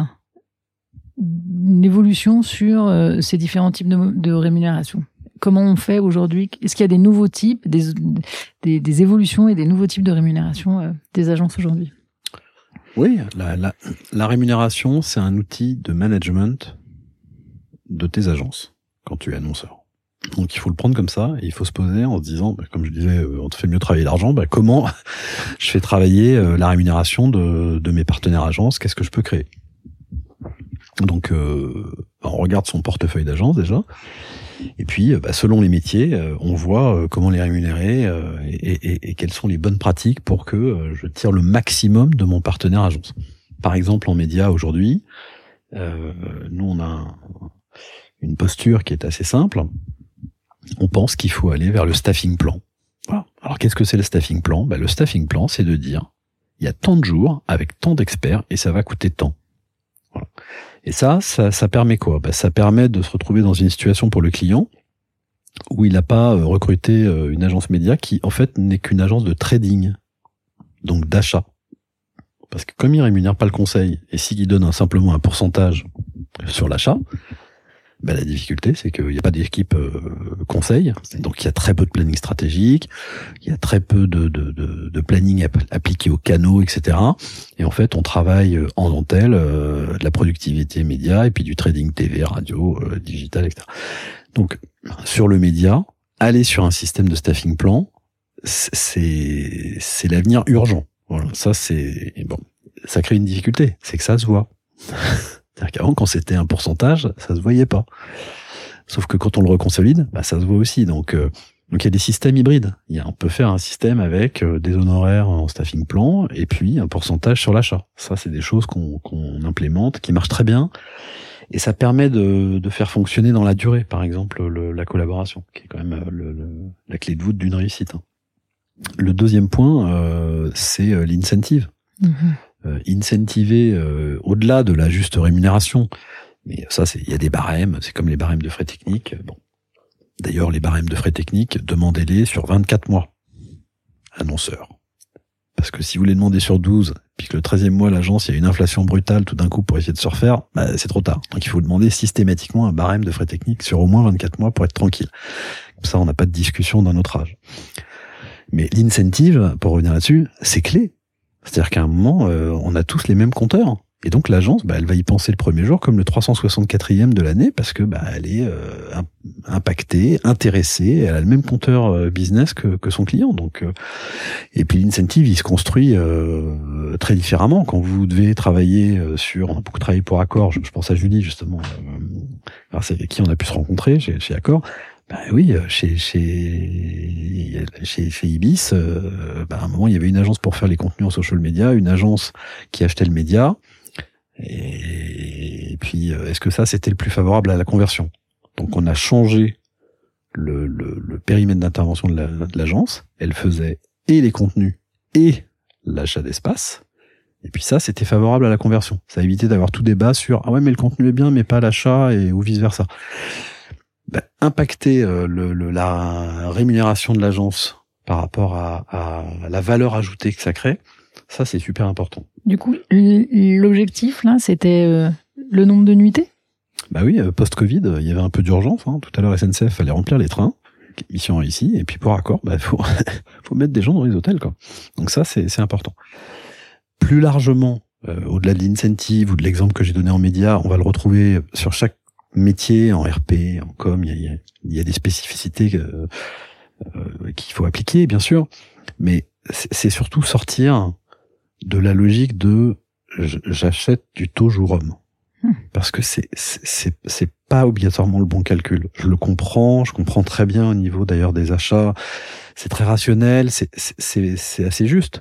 une évolution sur euh, ces différents types de, de rémunération? Comment on fait aujourd'hui? Est-ce qu'il y a des nouveaux types, des, des, des évolutions et des nouveaux types de rémunération euh, des agences aujourd'hui? Oui, la, la, la rémunération, c'est un outil de management de tes agences. Quand tu es annonceur. Donc il faut le prendre comme ça, et il faut se poser en se disant, bah, comme je disais, on te fait mieux travailler l'argent, bah, comment je fais travailler euh, la rémunération de, de mes partenaires agences, qu'est-ce que je peux créer? Donc euh, on regarde son portefeuille d'agence déjà, et puis bah, selon les métiers, euh, on voit euh, comment les rémunérer euh, et, et, et quelles sont les bonnes pratiques pour que euh, je tire le maximum de mon partenaire agence. Par exemple en médias aujourd'hui, euh, nous on a un, une posture qui est assez simple. On pense qu'il faut aller vers le staffing plan. Voilà. Alors qu'est-ce que c'est le staffing plan? Ben, le staffing plan, c'est de dire, il y a tant de jours avec tant d'experts et ça va coûter tant. Voilà. Et ça, ça, ça permet quoi? Ben, ça permet de se retrouver dans une situation pour le client où il n'a pas recruté une agence média qui, en fait, n'est qu'une agence de trading, donc d'achat. Parce que comme il rémunère pas le conseil et s'il donne un, simplement un pourcentage sur l'achat, ben la difficulté, c'est qu'il n'y a pas d'équipe euh, conseil, donc il y a très peu de planning stratégique, il y a très peu de, de, de, de planning app- appliqué aux canaux, et cetera. Et en fait, on travaille en dentelle euh, de la productivité média et puis du trading T V, radio, euh, digital, et cetera. Donc, sur le média, aller sur un système de staffing plan, c'est c'est l'avenir urgent. Voilà, ça c'est bon, ça crée une difficulté, c'est que ça se voit. C'est-à-dire qu'avant, quand c'était un pourcentage, ça se voyait pas. Sauf que quand on le reconsolide, bah, ça se voit aussi. Donc, euh, donc il y a des systèmes hybrides. Il y a, on peut faire un système avec euh, des honoraires en staffing plan et puis un pourcentage sur l'achat. Ça, c'est des choses qu'on, qu'on implémente, qui marchent très bien. Et ça permet de, de faire fonctionner dans la durée, par exemple, le, la collaboration, qui est quand même le, le, la clé de voûte d'une réussite. Le deuxième point, euh, c'est l'incentive. Mmh. Euh, incentiver euh, au-delà de la juste rémunération, mais ça, c'est il y a des barèmes, c'est comme les barèmes de frais techniques. Bon, d'ailleurs, les barèmes de frais techniques, demandez-les sur vingt-quatre mois, annonceur. Parce que si vous les demandez sur douze, puis que le treizième mois, l'agence, il y a une inflation brutale tout d'un coup pour essayer de se refaire, bah, c'est trop tard. Donc il faut demander systématiquement un barème de frais techniques sur au moins vingt-quatre mois pour être tranquille. Comme ça, on n'a pas de discussion d'un autre âge. Mais l'incentive, pour revenir là-dessus, c'est clé. C'est-à-dire qu'à un moment, euh, on a tous les mêmes compteurs. Et donc l'agence, bah, elle va y penser le premier jour comme le trois cent soixante-quatrième de l'année parce que bah, elle est euh, impactée, intéressée, elle a le même compteur euh, business que, que son client. Donc, euh, et puis l'incentive, il se construit euh, très différemment. Quand vous devez travailler euh, sur, on a beaucoup travaillé pour Accor, je, je pense à Julie justement, euh, alors c'est avec qui on a pu se rencontrer chez, chez Accor. Ben oui, chez chez chez, chez Ibis, euh, ben à un moment il y avait une agence pour faire les contenus en social media, une agence qui achetait le média, et, et puis est-ce que ça c'était le plus favorable à la conversion? Donc on a changé le, le, le périmètre d'intervention de, la, de l'agence. Elle faisait et les contenus et l'achat d'espace. Et puis ça, c'était favorable à la conversion. Ça a évité d'avoir tout débat sur ah ouais mais le contenu est bien mais pas l'achat et ou vice versa. Ben, impacter euh, le, le, la rémunération de l'agence par rapport à, à la valeur ajoutée que ça crée, ça c'est super important. Du coup, l'objectif là, c'était euh, le nombre de nuitées? Bah oui, post-Covid, il y avait un peu d'urgence. Hein. Tout à l'heure, S N C F fallait remplir les trains, mission réussie, et puis pour Accor, bah faut faut mettre des gens dans les hôtels, quoi. Donc ça, c'est c'est important. Plus largement, euh, au-delà de l'incentive ou de l'exemple que j'ai donné en médias, on va le retrouver sur chaque métier, en R P, en com, il y a, il y a des spécificités euh, euh, qu'il faut appliquer, bien sûr, mais c'est surtout sortir de la logique de j'achète du taux jour homme. Parce que c'est c'est c'est pas obligatoirement le bon calcul. Je le comprends, je comprends très bien au niveau d'ailleurs des achats. C'est très rationnel, c'est c'est c'est assez juste.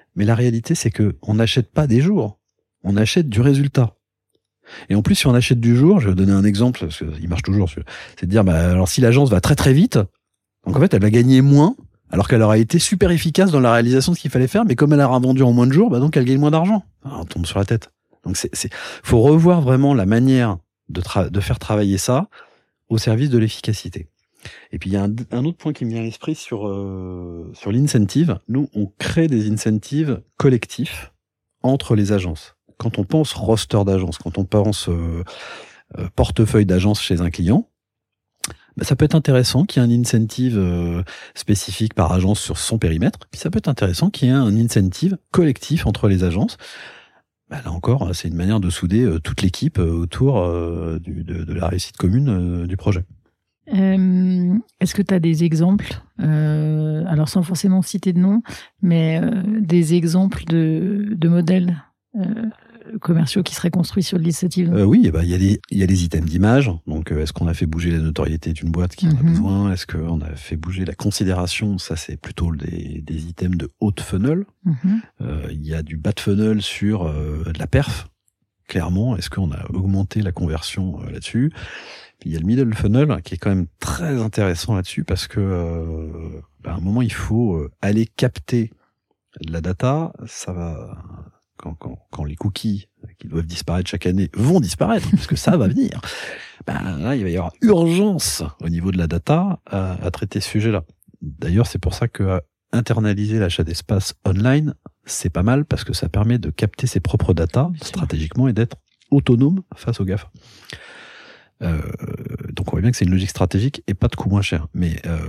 Mais la réalité, c'est que on n'achète pas des jours, on achète du résultat. Et en plus, si on achète du jour, je vais vous donner un exemple, parce qu'il marche toujours, c'est de dire, bah, alors si l'agence va très très vite, donc en fait, elle va gagner moins, alors qu'elle aura été super efficace dans la réalisation de ce qu'il fallait faire, mais comme elle aura vendu en moins de jours, bah donc elle gagne moins d'argent. Alors, on tombe sur la tête. Donc c'est, c'est, faut revoir vraiment la manière de, tra- de faire travailler ça au service de l'efficacité. Et puis il y a un, un autre point qui me vient à l'esprit sur euh, sur l'incentive. Nous, on crée des incentives collectifs entre les agences. Quand on pense roster d'agence, quand on pense euh, euh, portefeuille d'agence chez un client, bah, ça peut être intéressant qu'il y ait un incentive euh, spécifique par agence sur son périmètre. Puis ça peut être intéressant qu'il y ait un incentive collectif entre les agences. Bah, là encore, c'est une manière de souder euh, toute l'équipe euh, autour euh, du, de, de la réussite commune euh, du projet. Euh, est-ce que tu as des exemples, euh, alors sans forcément citer de nom, mais euh, des exemples de, de modèles euh, commerciaux qui seraient construits sur l'initiative? euh, Oui, bah, il y a les il y a les items d'image. Donc, euh, est-ce qu'on a fait bouger la notoriété d'une boîte qui en a Mhm. besoin? Est-ce qu'on a fait bouger la considération? Ça, c'est plutôt des, des items de haute funnel. Mhm. Euh, il y a du bas de funnel sur euh, de la perf. Clairement, est-ce qu'on a augmenté la conversion euh, là-dessus? Puis il y a le middle funnel qui est quand même très intéressant là-dessus parce que euh, bah, à un moment il faut euh, aller capter de la data. Ça va quand, quand, quand les cookies qui doivent disparaître chaque année vont disparaître parce que ça va venir. Bah, là il va y avoir urgence au niveau de la data à, à traiter ce sujet-là. D'ailleurs c'est pour ça que euh, internaliser l'achat d'espace online c'est pas mal parce que ça permet de capter ses propres data stratégiquement et d'être autonome face aux GAFA. Euh, donc on voit bien que c'est une logique stratégique et pas de coût moins cher. Mais euh,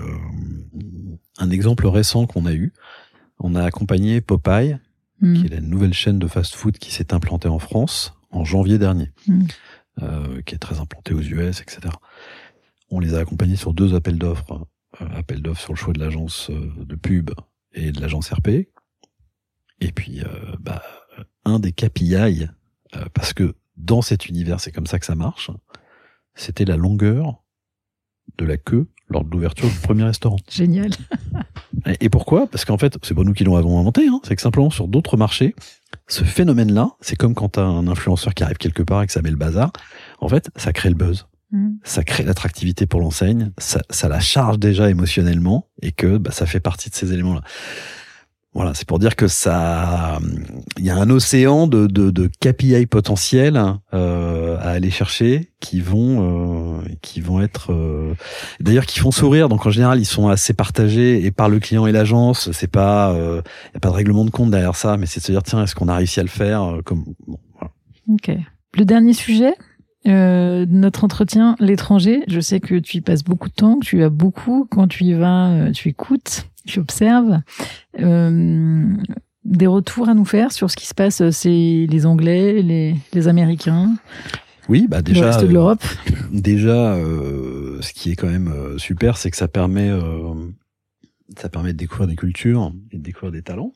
un exemple récent qu'on a eu, on a accompagné Popeye, mmh. qui est la nouvelle chaîne de fast-food qui s'est implantée en France en janvier dernier, mmh. euh, qui est très implantée aux U S, et cetera. On les a accompagnés sur deux appels d'offres, euh, appel d'offres sur le choix de l'agence de pub et de l'agence R P. Et puis, euh, bah, un des K P I, euh, parce que dans cet univers, c'est comme ça que ça marche, c'était la longueur de la queue lors de l'ouverture du premier restaurant. Génial. Et pourquoi? Parce qu'en fait, c'est pas nous qui l'avons inventé, hein, c'est que simplement sur d'autres marchés, ce phénomène-là, c'est comme quand t'as un influenceur qui arrive quelque part et que ça met le bazar. En fait, ça crée le buzz. Mmh. Ça crée l'attractivité pour l'enseigne, ça, ça la charge déjà émotionnellement et que bah, ça fait partie de ces éléments-là. Voilà, c'est pour dire que ça, il y a un océan de, de, de K P I potentiels euh, à aller chercher qui vont, euh, qui vont être, euh, d'ailleurs qui font sourire. Donc en général, ils sont assez partagés et par le client et l'agence. C'est pas, il euh, y a pas de règlement de compte derrière ça, mais c'est de se dire tiens, est-ce qu'on a réussi à le faire comme. Bon, voilà. Ok. Le dernier sujet. Euh, notre entretien, l'étranger, je sais que tu y passes beaucoup de temps, que tu y vas beaucoup, quand tu y vas, tu écoutes, tu observes. Euh, des retours à nous faire sur ce qui se passe, c'est les Anglais, les, les Américains, oui, bah déjà, le reste de l'Europe. Euh, déjà, euh, ce qui est quand même euh, super, c'est que ça permet, euh, ça permet de découvrir des cultures et de découvrir des talents.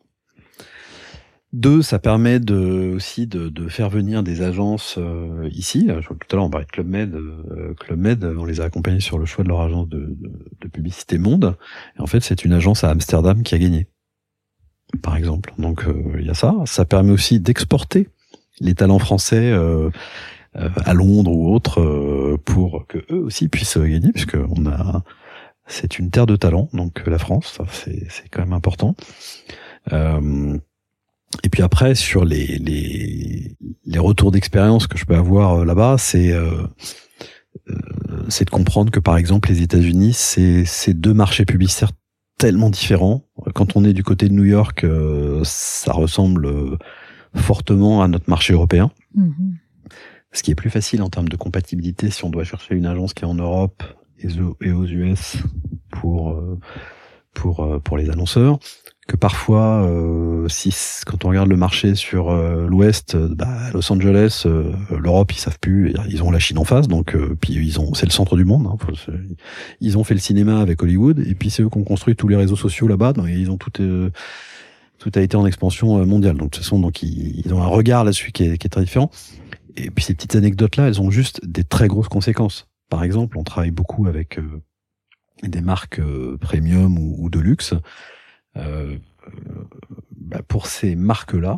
Deux, ça permet de, aussi de, de faire venir des agences euh, ici. Je vois que tout à l'heure on parlait de Club Med. Euh, Club Med, on les a accompagnés sur le choix de leur agence de, de, de publicité Monde. Et en fait, c'est une agence à Amsterdam qui a gagné, par exemple. Donc il euh, y a ça. Ça permet aussi d'exporter les talents français euh, euh, à Londres ou autres euh, pour que eux aussi puissent gagner, puisque on a, c'est une terre de talent. Donc la France, ça, c'est, c'est quand même important. Euh, Et puis après, sur les les, les retours d'expérience que je peux avoir là-bas, c'est euh, euh, c'est de comprendre que par exemple les États-Unis, c'est c'est deux marchés publicitaires tellement différents. Quand on est du côté de New York, euh, ça ressemble fortement à notre marché européen. Mm-hmm. Ce qui est plus facile en termes de compatibilité si on doit chercher une agence qui est en Europe et aux U S pour pour pour les annonceurs. Que parfois, euh, si quand on regarde le marché sur euh, l'Ouest, euh, bah, Los Angeles, euh, l'Europe, ils savent plus, ils ont la Chine en face, donc euh, puis ils ont, c'est le centre du monde. Hein, faut, ils ont fait le cinéma avec Hollywood, et puis c'est eux qui ont construit tous les réseaux sociaux là-bas, donc ils ont tout, euh, tout a été en expansion mondiale. Donc de toute façon, donc ils, ils ont un regard là-dessus qui est, qui est très différent. Et puis ces petites anecdotes-là, elles ont juste des très grosses conséquences. Par exemple, on travaille beaucoup avec euh, des marques euh, premium ou, ou de luxe. Euh, bah, pour ces marques-là,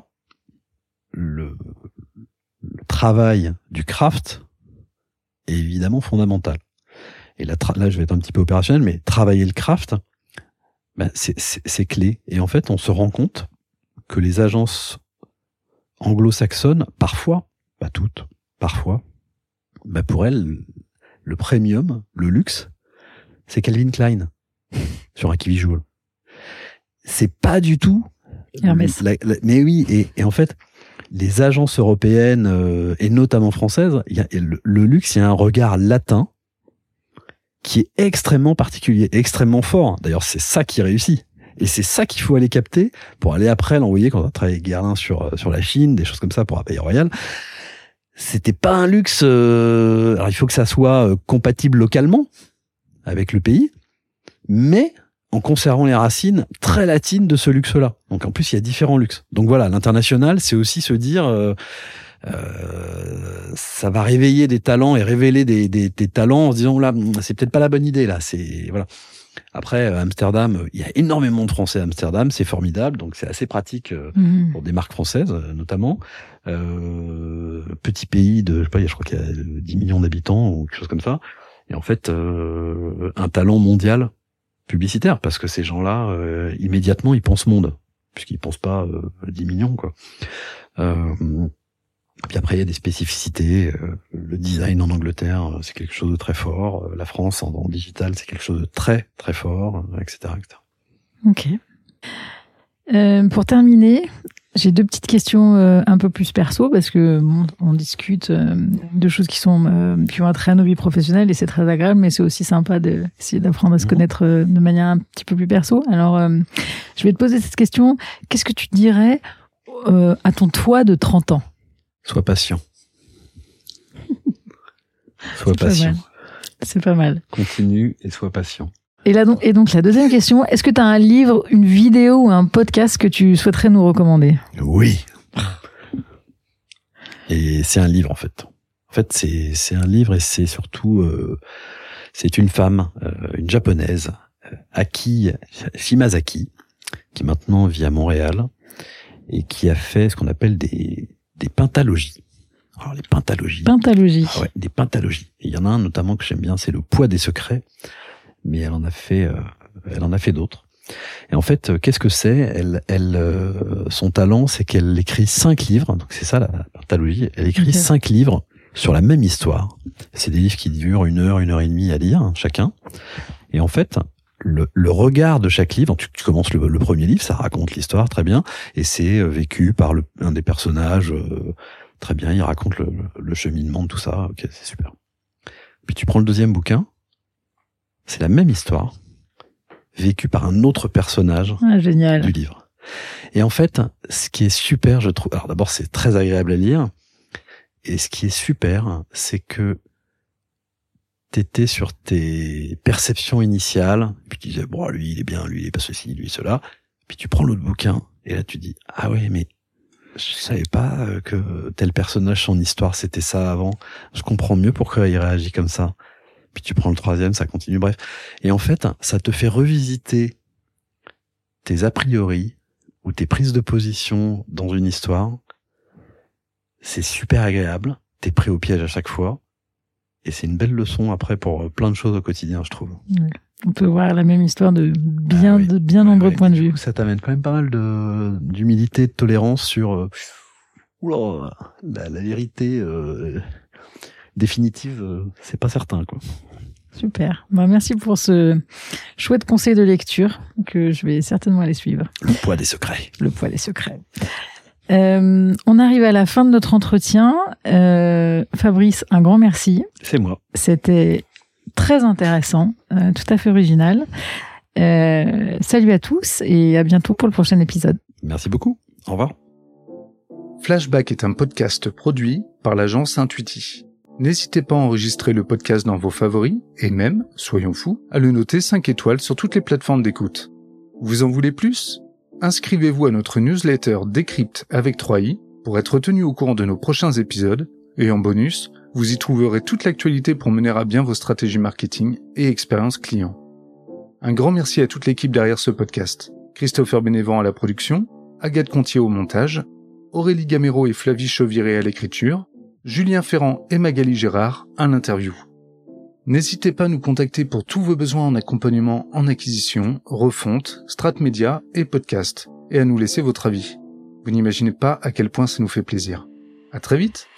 le, le travail du craft est évidemment fondamental. Et là, tra- là, je vais être un petit peu opérationnel, mais travailler le craft, bah, c'est, c'est, c'est clé. Et en fait, on se rend compte que les agences anglo-saxonnes, parfois, pas toutes, parfois, bah, pour elles, le premium, le luxe, c'est Calvin Klein sur un Kiwi Joule. C'est pas du tout. Hermès. La, la, mais oui, et, et en fait, les agences européennes euh, et notamment françaises, il y a le, le luxe, il y a un regard latin qui est extrêmement particulier, extrêmement fort. D'ailleurs, c'est ça qui réussit. Et c'est ça qu'il faut aller capter pour aller après l'envoyer quand on a travaillé avec Guerlain sur, sur la Chine, des choses comme ça pour un pays royal. C'était pas un luxe... Euh... Alors, il faut que ça soit euh, compatible localement avec le pays, mais en conservant les racines très latines de ce luxe-là. Donc, en plus, il y a différents luxes. Donc voilà, l'international, c'est aussi se dire... Euh, Euh, ça va réveiller des talents et révéler des, des, des talents en se disant là c'est peut-être pas la bonne idée là, c'est voilà. Après Amsterdam, il y a énormément de Français à Amsterdam, c'est formidable, donc c'est assez pratique euh, mmh. pour des marques françaises notamment. Euh, petit pays de je sais pas, je crois qu'il y a dix millions d'habitants ou quelque chose comme ça. Et en fait euh, un talent mondial publicitaire parce que ces gens-là euh, immédiatement ils pensent monde puisqu'ils pensent pas euh, dix millions quoi. Euh, Puis après, il y a des spécificités. Euh, le design en Angleterre, c'est quelque chose de très fort. Euh, la France, en, en digital, c'est quelque chose de très, très fort, euh, et cetera, et cetera. Ok. Euh, pour terminer, j'ai deux petites questions euh, un peu plus perso, parce que bon, on discute euh, de choses qui sont euh, qui ont trait à nos vies professionnelles, et c'est très agréable, mais c'est aussi sympa d'essayer d'apprendre à se connaître euh, de manière un petit peu plus perso. Alors, euh, je vais te poser cette question. Qu'est-ce que tu dirais euh, à ton toi de trente ans ? Sois patient. Sois c'est patient. Pas c'est pas mal. Continue et sois patient. Et, là, donc, et donc, la deuxième question, est-ce que tu as un livre, une vidéo ou un podcast que tu souhaiterais nous recommander ? Oui. Et c'est un livre, en fait. En fait, c'est, c'est un livre et c'est surtout... Euh, c'est une femme, euh, une japonaise, euh, Aki Shimazaki, qui maintenant vit à Montréal et qui a fait ce qu'on appelle des... des pentalogies. Alors les pentalogies. Pentalogies. Ah ouais, des pentalogies. Et il y en a un notamment que j'aime bien, c'est Le poids des secrets. Mais elle en a fait, euh, elle en a fait d'autres. Et en fait, euh, qu'est-ce que c'est ? Elle, elle, euh, son talent, c'est qu'elle écrit cinq livres. Donc c'est ça la, la pentalogie. Elle écrit okay. cinq livres sur la même histoire. C'est des livres qui durent une heure, une heure et demie à lire chacun. Et en fait, Le, le regard de chaque livre, tu, tu commences le, le premier livre, ça raconte l'histoire très bien, et c'est euh, vécu par le, un des personnages euh, très bien, il raconte le, le cheminement de tout ça, ok, c'est super. Puis tu prends le deuxième bouquin, c'est la même histoire, vécue par un autre personnage ah, génial. Du livre. Et en fait, ce qui est super, je trouve, alors d'abord c'est très agréable à lire, et ce qui est super, c'est que t'étais sur tes perceptions initiales, puis tu disais, bon, lui, il est bien, lui, il est pas ceci, lui, cela. Puis tu prends l'autre bouquin, et là, tu dis, ah ouais, mais je savais pas que tel personnage, son histoire, c'était ça avant. Je comprends mieux pourquoi il réagit comme ça. Puis tu prends le troisième, ça continue, bref. Et en fait, ça te fait revisiter tes a priori, ou tes prises de position dans une histoire. C'est super agréable. T'es pris au piège à chaque fois. Et c'est une belle leçon après pour plein de choses au quotidien, je trouve. Ouais. On peut voir la même histoire de bien, ah oui. de bien nombreux ouais, points de vue. Coup, ça t'amène quand même pas mal de d'humilité, de tolérance sur euh, oula, la, la vérité euh, définitive, euh, c'est pas certain, quoi. Super. Bah, merci pour ce chouette conseil de lecture que je vais certainement aller suivre. Le poids des secrets. Le poids des secrets. Euh, on arrive à la fin de notre entretien. Euh, Fabrice, un grand merci. C'est moi. C'était très intéressant, euh, tout à fait original. Euh, salut à tous et à bientôt pour le prochain épisode. Merci beaucoup. Au revoir. Flashback est un podcast produit par l'agence Intuiti. N'hésitez pas à enregistrer le podcast dans vos favoris et même, soyons fous, à le noter cinq étoiles sur toutes les plateformes d'écoute. Vous en voulez plus ? Inscrivez-vous à notre newsletter Décrypte avec trois i pour être tenu au courant de nos prochains épisodes et en bonus, vous y trouverez toute l'actualité pour mener à bien vos stratégies marketing et expérience client. Un grand merci à toute l'équipe derrière ce podcast. Christopher Bénévent à la production, Agathe Contier au montage, Aurélie Gamero et Flavie Chauviré à l'écriture, Julien Ferrand et Magali Gérard à l'interview. N'hésitez pas à nous contacter pour tous vos besoins en accompagnement en acquisition, refonte, strat média et podcast, et à nous laisser votre avis. Vous n'imaginez pas à quel point ça nous fait plaisir. À très vite!